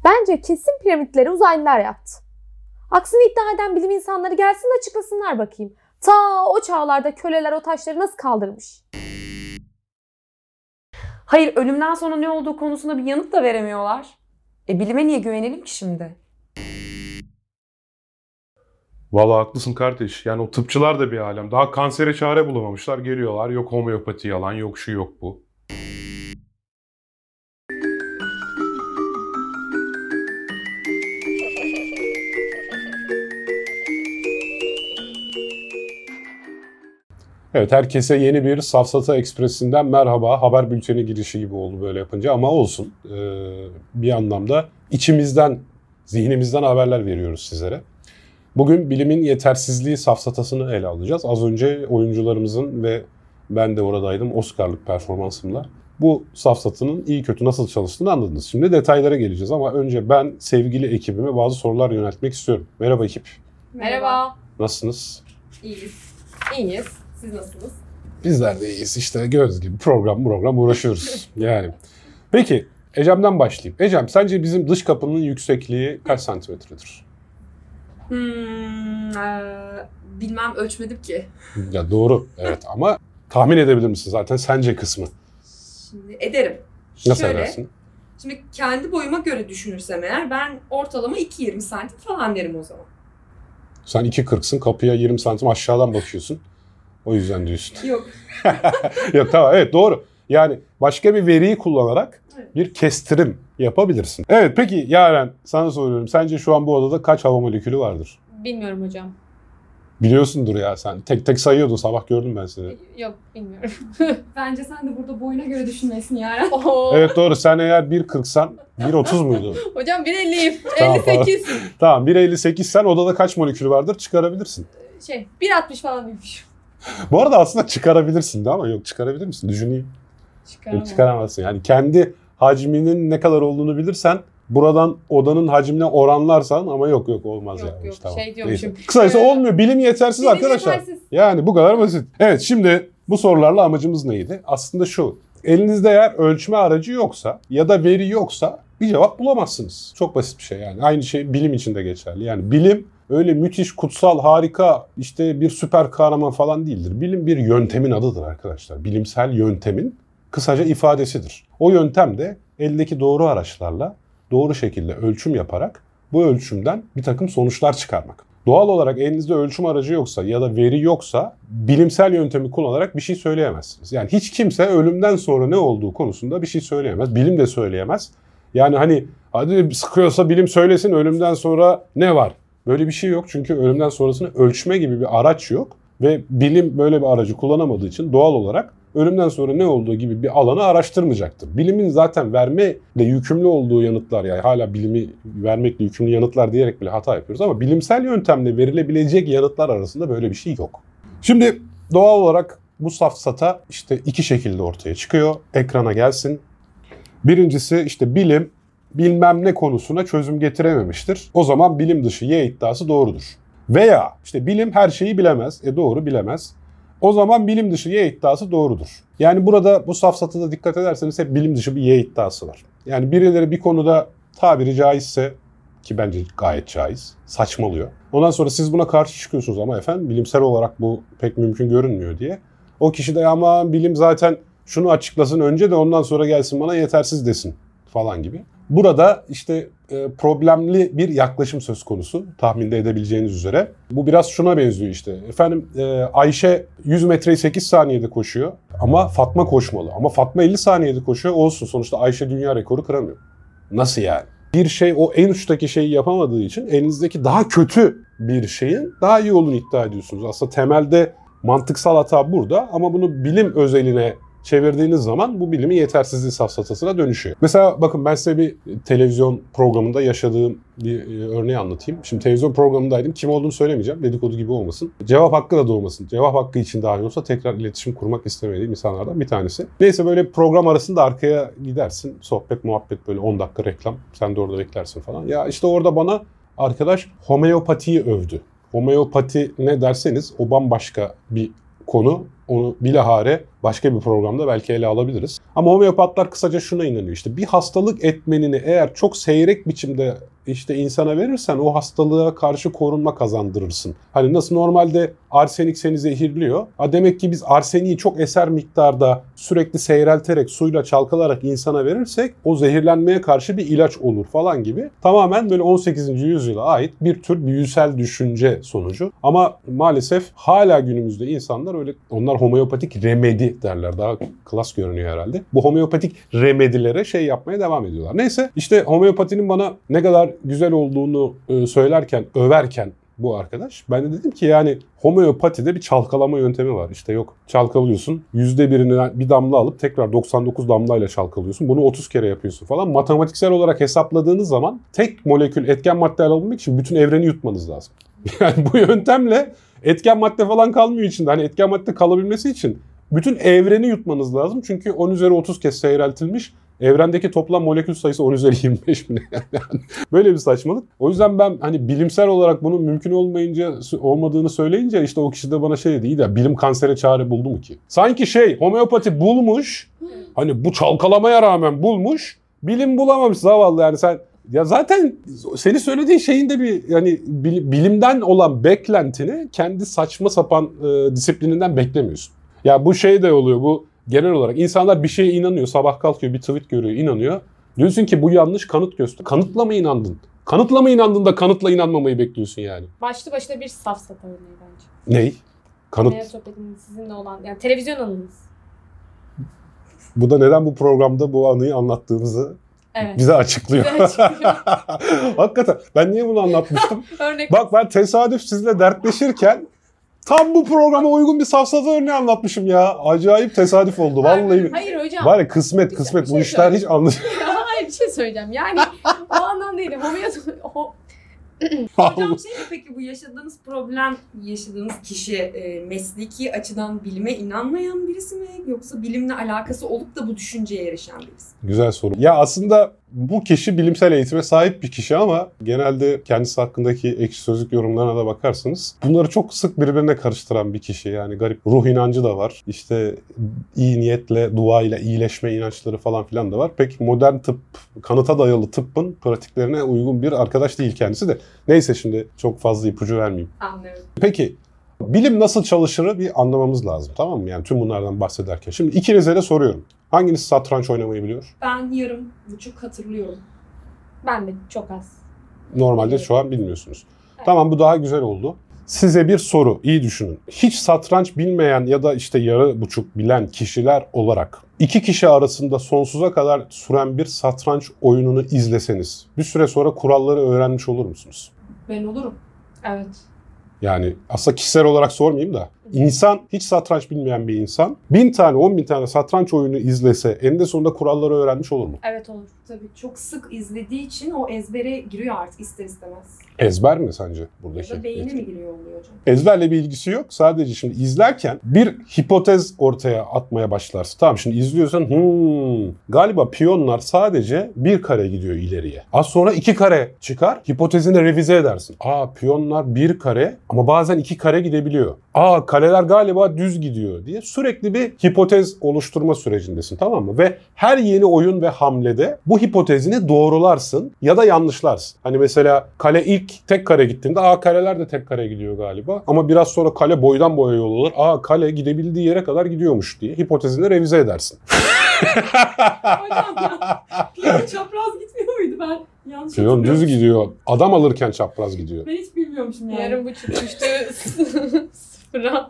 Bence kesin piramitleri uzaylılar yaptı. Aksini iddia eden bilim insanları gelsin de açıklasınlar bakayım. Ta o çağlarda köleler o taşları nasıl kaldırmış? Hayır, ölümden sonra ne olduğu konusunda bir yanıt da veremiyorlar. Bilime niye güvenelim ki şimdi? Vallahi haklısın kardeş. Yani o tıpçılar da bir alem. Daha kansere çare bulamamışlar. Geliyorlar. Yok homeopati yalan, yok şu yok bu. Evet, herkese yeni bir Safsata Ekspresi'nden merhaba. Haber bülteni girişi gibi oldu böyle yapınca ama olsun. Bir anlamda içimizden, zihnimizden haberler veriyoruz sizlere. Bugün bilimin yetersizliği safsatasını ele alacağız. Az önce oyuncularımızın ve ben de oradaydım Oscar'lık performansımla bu safsatanın iyi kötü nasıl çalıştığını anladınız. Şimdi detaylara geleceğiz ama önce ben sevgili ekibime bazı sorular yöneltmek istiyorum. Merhaba ekip. Merhaba. Nasılsınız? İyiyiz. İyiyiz. Siz nasılsınız? Bizler de iyiyiz. İşte göz gibi program uğraşıyoruz. Yani. Peki Ecem'den başlayayım. Ecem, sence bizim dış kapının yüksekliği kaç santimetredir? Bilmem, ölçmedim ki. Ya doğru, evet ama tahmin edebilir misin zaten sence kısmı? Şimdi ederim. Nasıl Şöyle, edersin? Şimdi kendi boyuma göre düşünürsem eğer ben ortalama 2,20 santim falan derim o zaman. Sen 2,40'sın, kapıya 20 santim aşağıdan bakıyorsun. O yüzden diyorsun. Yok. Ya tamam, evet doğru. Yani başka bir veriyi kullanarak Evet. bir kestirim yapabilirsin. Evet, peki Yaren, sana soruyorum. Sence şu an bu odada kaç hava molekülü vardır? Bilmiyorum hocam. Biliyorsundur ya sen. Tek tek sayıyordun. Sabah gördüm ben seni. Yok, bilmiyorum. Bence sen de burada boyuna göre düşünmesin Yaren. Evet doğru. Sen eğer 1,40'san 1,30 muydu? Hocam 1.50'yim. Tamam, 58. Tamam 1,58 sen odada kaç molekül vardır çıkarabilirsin. 1.60 falan büyümüş. Bu arada aslında çıkarabilirsin de ama yok, çıkarabilir misin? Düşüneyim. Yok, çıkaramazsın. Yani kendi hacminin ne kadar olduğunu bilirsen buradan odanın hacmine oranlarsan ama yok olmaz Yok, yani. yok, Tamam. diyormuşum. Neyse. Kısacası olmuyor. Bilim yetersiz arkadaşlar. Yani bu kadar basit. Evet, şimdi bu sorularla amacımız neydi? Aslında şu. Elinizde eğer ölçme aracı yoksa ya da veri yoksa bir cevap bulamazsınız. Çok basit bir şey yani. Aynı şey bilim için de geçerli. Yani bilim öyle müthiş, kutsal, harika, işte bir süper kahraman falan değildir. Bilim bir yöntemin adıdır arkadaşlar. Bilimsel yöntemin kısaca ifadesidir. O yöntem de eldeki doğru araçlarla doğru şekilde ölçüm yaparak bu ölçümden bir takım sonuçlar çıkarmak. Doğal olarak elinizde ölçüm aracı yoksa ya da veri yoksa bilimsel yöntemi kullanarak bir şey söyleyemezsiniz. Yani hiç kimse ölümden sonra ne olduğu konusunda bir şey söyleyemez. Bilim de söyleyemez. Yani hani hadi sıkıyorsa bilim söylesin, ölümden sonra ne var? Böyle bir şey yok çünkü ölümden sonrasını ölçme gibi bir araç yok. Ve bilim böyle bir aracı kullanamadığı için doğal olarak ölümden sonra ne olduğu gibi bir alanı araştırmayacaktır. Bilimin zaten vermekle yükümlü olduğu yanıtlar, yani hala bilimi vermekle yükümlü yanıtlar diyerek bile hata yapıyoruz ama bilimsel yöntemle verilebilecek yanıtlar arasında böyle bir şey yok. Şimdi doğal olarak bu safsata işte iki şekilde ortaya çıkıyor. Ekrana gelsin. Birincisi işte bilim bilmem ne konusuna çözüm getirememiştir. O zaman bilim dışı Y iddiası doğrudur. Veya işte bilim her şeyi bilemez. Doğru, bilemez. O zaman bilim dışı Y iddiası doğrudur. Yani burada bu safsatada dikkat ederseniz hep bilim dışı bir Y iddiası var. Yani birileri bir konuda tabiri caizse, ki bence gayet caiz, saçmalıyor. Ondan sonra siz buna karşı çıkıyorsunuz ama efendim bilimsel olarak bu pek mümkün görünmüyor diye. O kişi de ama bilim zaten şunu açıklasın önce de ondan sonra gelsin bana yetersiz desin falan gibi. Burada işte problemli bir yaklaşım söz konusu tahminde edebileceğiniz üzere. Bu biraz şuna benziyor işte. Efendim Ayşe 100 metreyi 8 saniyede koşuyor ama Fatma koşmalı. Ama Fatma 50 saniyede koşuyor, olsun sonuçta Ayşe dünya rekoru kıramıyor. Nasıl yani? Bir şey o en uçtaki şeyi yapamadığı için elinizdeki daha kötü bir şeyin daha iyi olduğunu iddia ediyorsunuz. Aslında temelde mantıksal hata burada ama bunu bilim özeline çevirdiğiniz zaman bu bilimin yetersizliği safsatasına dönüşüyor. Mesela bakın ben size bir televizyon programında yaşadığım bir örneği anlatayım. Şimdi televizyon programındaydım. Kim olduğunu söylemeyeceğim. Dedikodu gibi olmasın. Cevap hakkı da doğmasın. Cevap hakkı için dahi olsa tekrar iletişim kurmak istemediğim insanlardan bir tanesi. Neyse böyle program arasında arkaya gidersin. Sohbet, muhabbet, böyle 10 dakika reklam. Sen de orada beklersin falan. Ya işte orada bana arkadaş homeopatiyi övdü. Homeopati ne derseniz o bambaşka bir konu. Onu bilahare başka bir programda belki ele alabiliriz. Ama homeopatlar kısaca şuna inanıyor. İşte bir hastalık etmenini eğer çok seyrek biçimde işte insana verirsen o hastalığa karşı korunma kazandırırsın. Hani nasıl normalde arsenik seni zehirliyor. Demek ki biz arseniği çok eser miktarda sürekli seyrelterek, suyla çalkalarak insana verirsek o zehirlenmeye karşı bir ilaç olur falan gibi. Tamamen böyle 18. yüzyıla ait bir tür büyüsel düşünce sonucu. Ama maalesef hala günümüzde insanlar öyle, onlar homeopatik remedi derler. Daha klas görünüyor herhalde. Bu homeopatik remedilere şey yapmaya devam ediyorlar. Neyse işte homeopatinin bana ne kadar güzel olduğunu söylerken, överken bu arkadaş, ben de dedim ki yani homeopatide bir çalkalama yöntemi var. İşte yok çalkalıyorsun, %1'ini bir damla alıp tekrar 99 damlayla çalkalıyorsun. Bunu 30 kere yapıyorsun falan. Matematiksel olarak hesapladığınız zaman tek molekül etken madde alabilmek için bütün evreni yutmanız lazım. Yani bu yöntemle etken madde falan kalmıyor içinde. Hani etken madde kalabilmesi için bütün evreni yutmanız lazım. Çünkü 10 üzeri 30 kez seyreltilmiş. Evrendeki toplam molekül sayısı 10 üzeri 25 mi? Yani böyle bir saçmalık. O yüzden ben hani bilimsel olarak bunun mümkün olmadığını söyleyince işte o kişi de bana şey dedi. İyi de bilim kansere çare buldu mu ki? Sanki homeopati bulmuş. Hani bu çalkalamaya rağmen bulmuş. Bilim bulamamış zavallı yani sen. Ya zaten seni söylediğin şeyin de bir yani bilimden olan beklentini kendi saçma sapan disiplininden beklemiyorsun. Ya bu şey de oluyor, bu genel olarak insanlar bir şeye inanıyor, sabah kalkıyor bir tweet görüyor, inanıyor. Diyorsun ki bu yanlış, kanıt göster. Kanıtla mı inandın? Kanıtla mı inandın da kanıtla inanmamayı bekliyorsun yani? Başlı başına bir safsata örneği bence. Ney? Kanıt. Homeopatinin sizinle olan, yani televizyon anınız. Bu da neden bu programda bu anıyı anlattığımızı Evet. bize açıklıyor. Bize açıklıyor. Hakikaten ben niye bunu anlatmıştım? Örnek. Bak ben tesadüf sizle dertleşirken tam bu programa uygun bir safsata örneği anlatmışım ya. Acayip tesadüf oldu vallahi. Hayır hocam. Var ya kısmet Bir bu şey işler hiç anlaşılmıyor. Hayır bir şey söyleyeceğim. Yani o anlamda değil. Hocam şey mi peki bu yaşadığınız kişi mesleki açıdan bilime inanmayan birisi mi? Yoksa bilimle alakası olup da bu düşünceye erişen birisi mi? Güzel soru. Ya aslında bu kişi bilimsel eğitime sahip bir kişi ama genelde kendisi hakkındaki ekşi sözlük yorumlarına da bakarsanız bunları çok sık birbirine karıştıran bir kişi. Yani garip ruh inancı da var. İşte iyi niyetle, duayla iyileşme inançları falan filan da var. Pek modern tıp, kanıta dayalı tıbbın pratiklerine uygun bir arkadaş değil kendisi de. Neyse şimdi çok fazla ipucu vermeyeyim. Anlıyorum. Peki bilim nasıl çalışırı bir anlamamız lazım, tamam mı? Yani tüm bunlardan bahsederken. Şimdi ikinize de soruyorum. Hanginiz satranç oynamayı biliyor? Ben yarım buçuk hatırlıyorum. Ben de çok az. Normalde şu an bilmiyorsunuz. Evet. Tamam, bu daha güzel oldu. Size bir soru, iyi düşünün. Hiç satranç bilmeyen ya da işte yarı buçuk bilen kişiler olarak iki kişi arasında sonsuza kadar süren bir satranç oyununu izleseniz bir süre sonra kuralları öğrenmiş olur musunuz? Ben olurum. Evet. Yani aslında kişisel olarak sormayayım da insan, hiç satranç bilmeyen bir insan 1000 tane 10.000 tane satranç oyunu izlese eninde sonunda kuralları öğrenmiş olur mu? Evet olur. Tabii çok sık izlediği için o ezbere giriyor artık ister istemez. Ezber mi sence buradaki? Ya da beyine mi giriyor oluyor hocam? Ezberle bir ilgisi yok. Sadece şimdi izlerken bir hipotez ortaya atmaya başlarsın. Tamam, şimdi izliyorsan galiba piyonlar sadece bir kare gidiyor ileriye. Az sonra 2 kare çıkar. Hipotezini revize edersin. Piyonlar 1 kare ama bazen 2 kare gidebiliyor. Kaleler galiba düz gidiyor diye sürekli bir hipotez oluşturma sürecindesin, tamam mı? Ve her yeni oyun ve hamlede bu hipotezini doğrularsın ya da yanlışlarsın. Hani mesela kale ilk tek kare gittiğinde kareler de tek kare gidiyor galiba. Ama biraz sonra kale boydan boya yol olur. Kale gidebildiği yere kadar gidiyormuş diye hipotezini revize edersin. Hocam ya piyon çapraz gitmiyor muydu ben? Yanlış Piyon düz gidiyor. Adam alırken çapraz gidiyor. Ben hiç bilmiyormuşum yani. Yarım buçuk düştü sıfıra.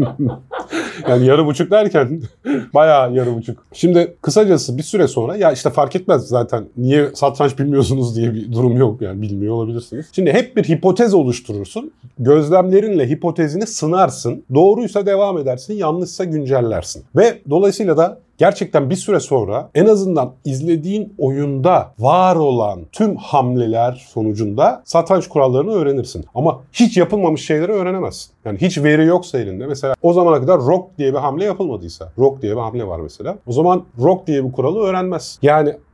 Yani yarı buçuk derken bayağı yarı buçuk. Şimdi kısacası bir süre sonra ya işte fark etmez zaten niye satranç bilmiyorsunuz diye bir durum yok, yani bilmiyor olabilirsiniz. Şimdi hep bir hipotez oluşturursun. Gözlemlerinle hipotezini sınarsın. Doğruysa devam edersin, yanlışsa güncellersin. Ve dolayısıyla da gerçekten bir süre sonra en azından izlediğin oyunda var olan tüm hamleler sonucunda satranç kurallarını öğrenirsin. Ama hiç yapılmamış şeyleri öğrenemezsin. Yani hiç veri yoksa elinde. Mesela o zamana kadar rock diye bir hamle yapılmadıysa. Rock diye bir hamle var mesela. O zaman rock diye bir kuralı öğrenmez. Yani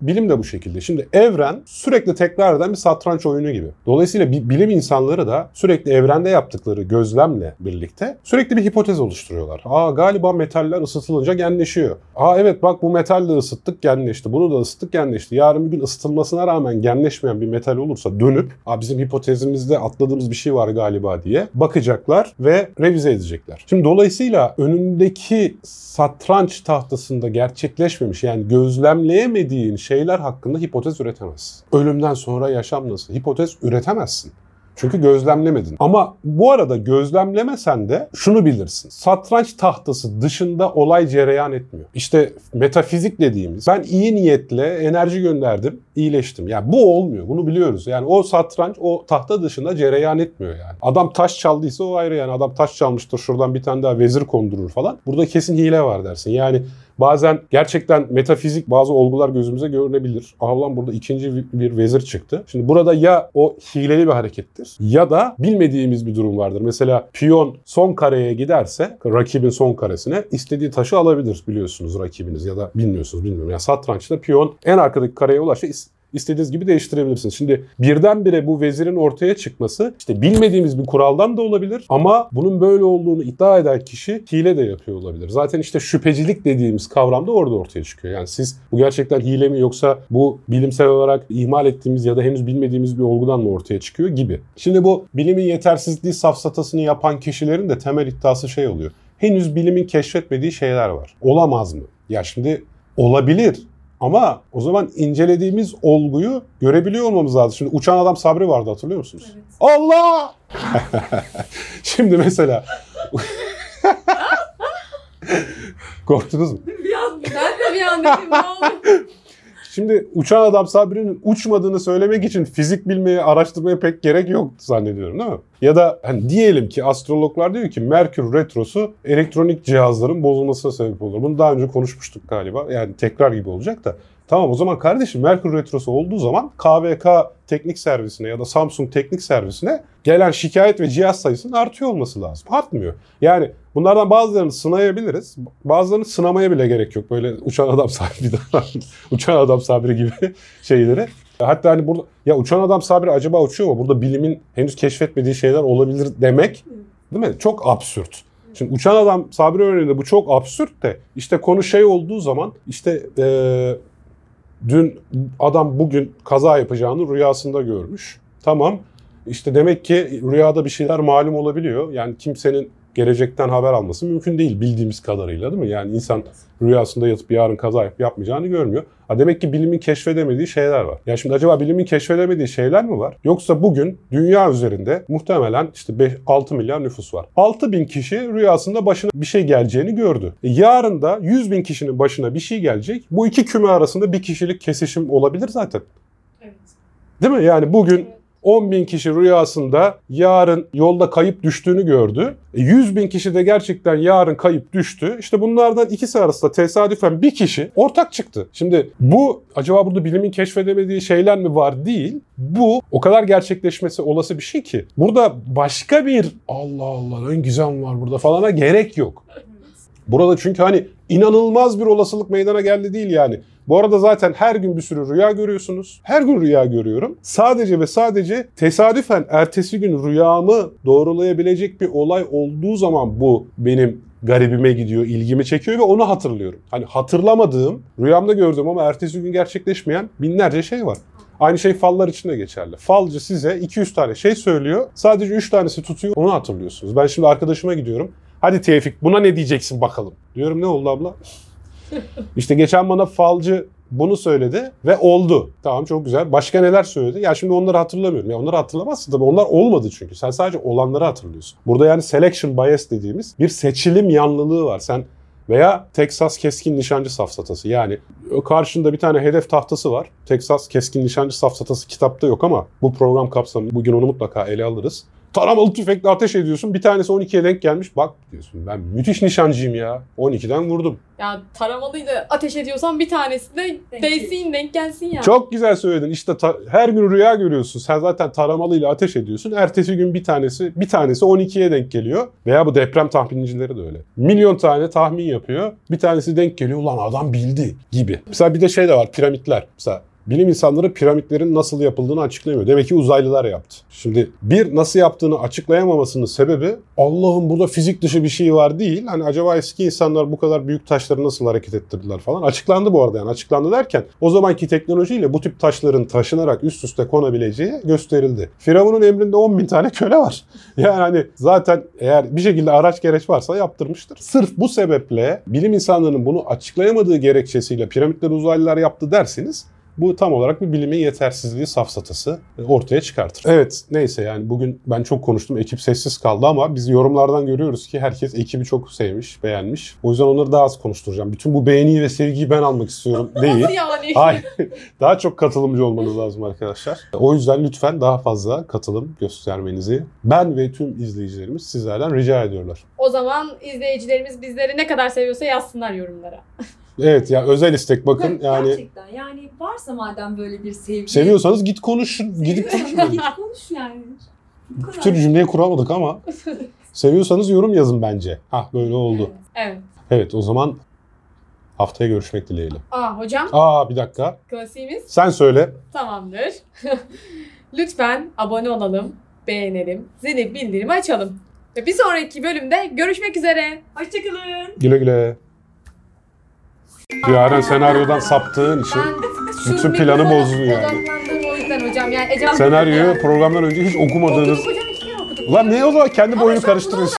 bilim de bu şekilde. Şimdi evren sürekli tekrar eden bir satranç oyunu gibi. Dolayısıyla bilim insanları da sürekli evrende yaptıkları gözlemle birlikte sürekli bir hipotez oluşturuyorlar. Galiba metaller ısıtılınca genleşiyor. Evet bak bu metal de ısıttık genleşti. Bunu da ısıttık genleşti. Yarın bir gün ısıtılmasına rağmen genleşmeyen bir metal olursa dönüp bizim hipotezimizde atladığımız bir şey var galiba diye bakacaklar ve revize edecekler. Şimdi dolayısıyla önündeki satranç tahtasında gerçekleşmemiş yani gözlemleyemediğin şeyler hakkında hipotez üretemezsin. Ölümden sonra yaşam nasıl? Hipotez üretemezsin. Çünkü gözlemlemedin. Ama bu arada gözlemlemesen de şunu bilirsin. Satranç tahtası dışında olay cereyan etmiyor. İşte metafizik dediğimiz ben iyi niyetle enerji gönderdim, iyileştim. Yani bu olmuyor. Bunu biliyoruz. Yani o satranç o tahta dışında cereyan etmiyor yani. Adam taş çaldıysa o ayrı yani. Adam taş çalmıştır şuradan bir tane daha vezir kondurur falan. Burada kesin hile var dersin. Yani bazen gerçekten metafizik bazı olgular gözümüze görünebilir. Lan burada ikinci bir vezir çıktı. Şimdi burada ya o hileli bir harekettir ya da bilmediğimiz bir durum vardır. Mesela piyon son kareye giderse rakibin son karesine istediği taşı alabilir biliyorsunuz rakibiniz ya da bilmiyorsunuz bilmiyorum. Yani satrançta piyon en arkadaki kareye ulaşsa İstediğiniz gibi değiştirebilirsiniz. Şimdi birdenbire bu vezirin ortaya çıkması işte bilmediğimiz bir kuraldan da olabilir ama bunun böyle olduğunu iddia eden kişi hile de yapıyor olabilir. Zaten işte şüphecilik dediğimiz kavram da orada ortaya çıkıyor. Yani siz bu gerçekten hile mi yoksa bu bilimsel olarak ihmal ettiğimiz ya da henüz bilmediğimiz bir olgudan mı ortaya çıkıyor gibi. Şimdi bu bilimin yetersizliği safsatasını yapan kişilerin de temel iddiası şey oluyor. Henüz bilimin keşfetmediği şeyler var. Olamaz mı? Ya şimdi olabilir. Ama o zaman incelediğimiz olguyu görebiliyor olmamız lazım. Şimdi uçan adam Sabri vardı hatırlıyor musunuz? Evet. Allah! Şimdi mesela... Korktunuz mu? Ben de bir an dedim ne oldu? Şimdi uçan adam Sabri'nin uçmadığını söylemek için fizik bilmeye, araştırmaya pek gerek yok zannediyorum değil mi? Ya da hani diyelim ki astrologlar diyor ki Merkür Retrosu elektronik cihazların bozulmasına sebep olur. Bunu daha önce konuşmuştuk galiba. Yani tekrar gibi olacak da. Tamam o zaman kardeşim Merkür Retrosu olduğu zaman KVK teknik servisine ya da Samsung teknik servisine gelen şikayet ve cihaz sayısının artıyor olması lazım. Artmıyor. Yani bunlardan bazılarını sınayabiliriz. Bazılarını sınamaya bile gerek yok. Böyle uçan adam Sabri, uçan adam Sabri gibi şeyleri. Hatta hani burada ya uçan adam Sabri acaba uçuyor mu? Burada bilimin henüz keşfetmediği şeyler olabilir demek değil mi? Çok absürt. Şimdi uçan adam Sabri örneğinde bu çok absürt de işte konu şey olduğu zaman işte dün adam bugün kaza yapacağını rüyasında görmüş. Tamam. İşte demek ki rüyada bir şeyler malum olabiliyor. Yani kimsenin gelecekten haber alması mümkün değil bildiğimiz kadarıyla değil mi? Yani insan rüyasında yatıp yarın kaza yapmayacağını görmüyor. Demek ki bilimin keşfedemediği şeyler var. Ya şimdi acaba bilimin keşfedemediği şeyler mi var? Yoksa bugün dünya üzerinde muhtemelen işte 6 milyar nüfus var. 6.000 kişi rüyasında başına bir şey geleceğini gördü. Yarın da 100.000 kişinin başına bir şey gelecek. Bu iki küme arasında bir kişilik kesişim olabilir zaten. Evet. Değil mi? Yani bugün 10.000 kişi rüyasında yarın yolda kayıp düştüğünü gördü. 100.000 kişi de gerçekten yarın kayıp düştü. İşte bunlardan ikisi arasında tesadüfen bir kişi ortak çıktı. Şimdi bu acaba burada bilimin keşfedemediği şeyler mi var değil. Bu o kadar gerçekleşmesi olası bir şey ki. Burada başka bir Allah Allah ön gizem var burada falana gerek yok. Burada çünkü hani inanılmaz bir olasılık meydana geldi değil yani. Bu arada zaten her gün bir sürü rüya görüyorsunuz. Her gün rüya görüyorum. Sadece ve sadece tesadüfen ertesi gün rüyamı doğrulayabilecek bir olay olduğu zaman bu benim garibime gidiyor, ilgimi çekiyor ve onu hatırlıyorum. Hani hatırlamadığım, rüyamda gördüğüm ama ertesi gün gerçekleşmeyen binlerce şey var. Aynı şey fallar için de geçerli. Falcı size 200 tane şey söylüyor. Sadece 3 tanesi tutuyor. Onu hatırlıyorsunuz. Ben şimdi arkadaşıma gidiyorum. Hadi Tevfik buna ne diyeceksin bakalım. Diyorum ne oldu abla? İşte geçen bana falcı bunu söyledi ve oldu. Tamam çok güzel. Başka neler söyledi? Ya şimdi onları hatırlamıyorum. Ya onları hatırlamazsın tabii. Onlar olmadı çünkü. Sen sadece olanları hatırlıyorsun. Burada yani selection bias dediğimiz bir seçilim yanlılığı var. Sen veya Texas keskin nişancı safsatası. Yani karşında bir tane hedef tahtası var. Texas keskin nişancı safsatası kitapta yok ama bu program kapsamında bugün onu mutlaka ele alırız. taramalı tüfekle ateş ediyorsun. Bir tanesi 12'ye denk gelmiş. Bak diyorsun ben müthiş nişancıyım ya. 12'den vurdum. Ya taramalıyla ateş ediyorsan bir tanesi de değsin, denk gelsin ya. Çok güzel söyledin. İşte her gün rüya görüyorsun. Sen zaten taramalıyla ateş ediyorsun. Ertesi gün bir tanesi 12'ye denk geliyor. Veya bu deprem tahminicileri de öyle. Milyon tane tahmin yapıyor. Bir tanesi denk geliyor. Ulan adam bildi gibi. Mesela bir de şey de var. Piramitler. Mesela bilim insanları piramitlerin nasıl yapıldığını açıklayamıyor. Demek ki uzaylılar yaptı. Şimdi bir nasıl yaptığını açıklayamamasının sebebi Allah'ım burada fizik dışı bir şey var değil. Hani acaba eski insanlar bu kadar büyük taşları nasıl hareket ettirdiler falan. Açıklandı bu arada yani. Açıklandı derken o zamanki teknolojiyle bu tip taşların taşınarak üst üste konabileceği gösterildi. Firavun'un emrinde 10.000 tane köle var. Yani hani zaten eğer bir şekilde araç gereç varsa yaptırmıştır. Sırf bu sebeple bilim insanlarının bunu açıklayamadığı gerekçesiyle piramitleri uzaylılar yaptı derseniz bu tam olarak bir bilimin yetersizliği safsatası ortaya çıkartır. Evet neyse yani bugün ben çok konuştum. Ekip sessiz kaldı ama biz yorumlardan görüyoruz ki herkes ekibi çok sevmiş, beğenmiş. O yüzden onları daha az konuşturacağım. Bütün bu beğeniyi ve sevgiyi ben almak istiyorum değil. Nasıl yani? Hayır. Daha çok katılımcı olmanız lazım arkadaşlar. O yüzden lütfen daha fazla katılım göstermenizi ben ve tüm izleyicilerimiz sizlerden rica ediyorlar. O zaman izleyicilerimiz bizleri ne kadar seviyorsa yazsınlar yorumlara. Evet ya özel istek bakın yani Gerçekten yani varsa madem böyle bir sevgi. seviyorsanız git konuş. Gidip konuşun. Git konuş yani. Bu Bir kadar. tür cümleyi kuramadık ama seviyorsanız yorum yazın bence. Hah böyle oldu. Evet. Evet o zaman haftaya görüşmek dileğiyle. Hocam Bir dakika. klasiğimiz Sen söyle. tamamdır. Lütfen abone olalım, beğenelim, zil bildirimi açalım. Ve bir sonraki bölümde görüşmek üzere. Hoşçakalın. Güle güle. Yaren senaryodan saptığın için bütün planı bozdun yani. Odaklandım o yüzden hocam. Yani Ecem Senaryoyu programdan önce hiç okumadığınız... Okuduk hocam, 2 kere okuduk. Ulan ne o zaman kendi boyunu karıştırıyorsun?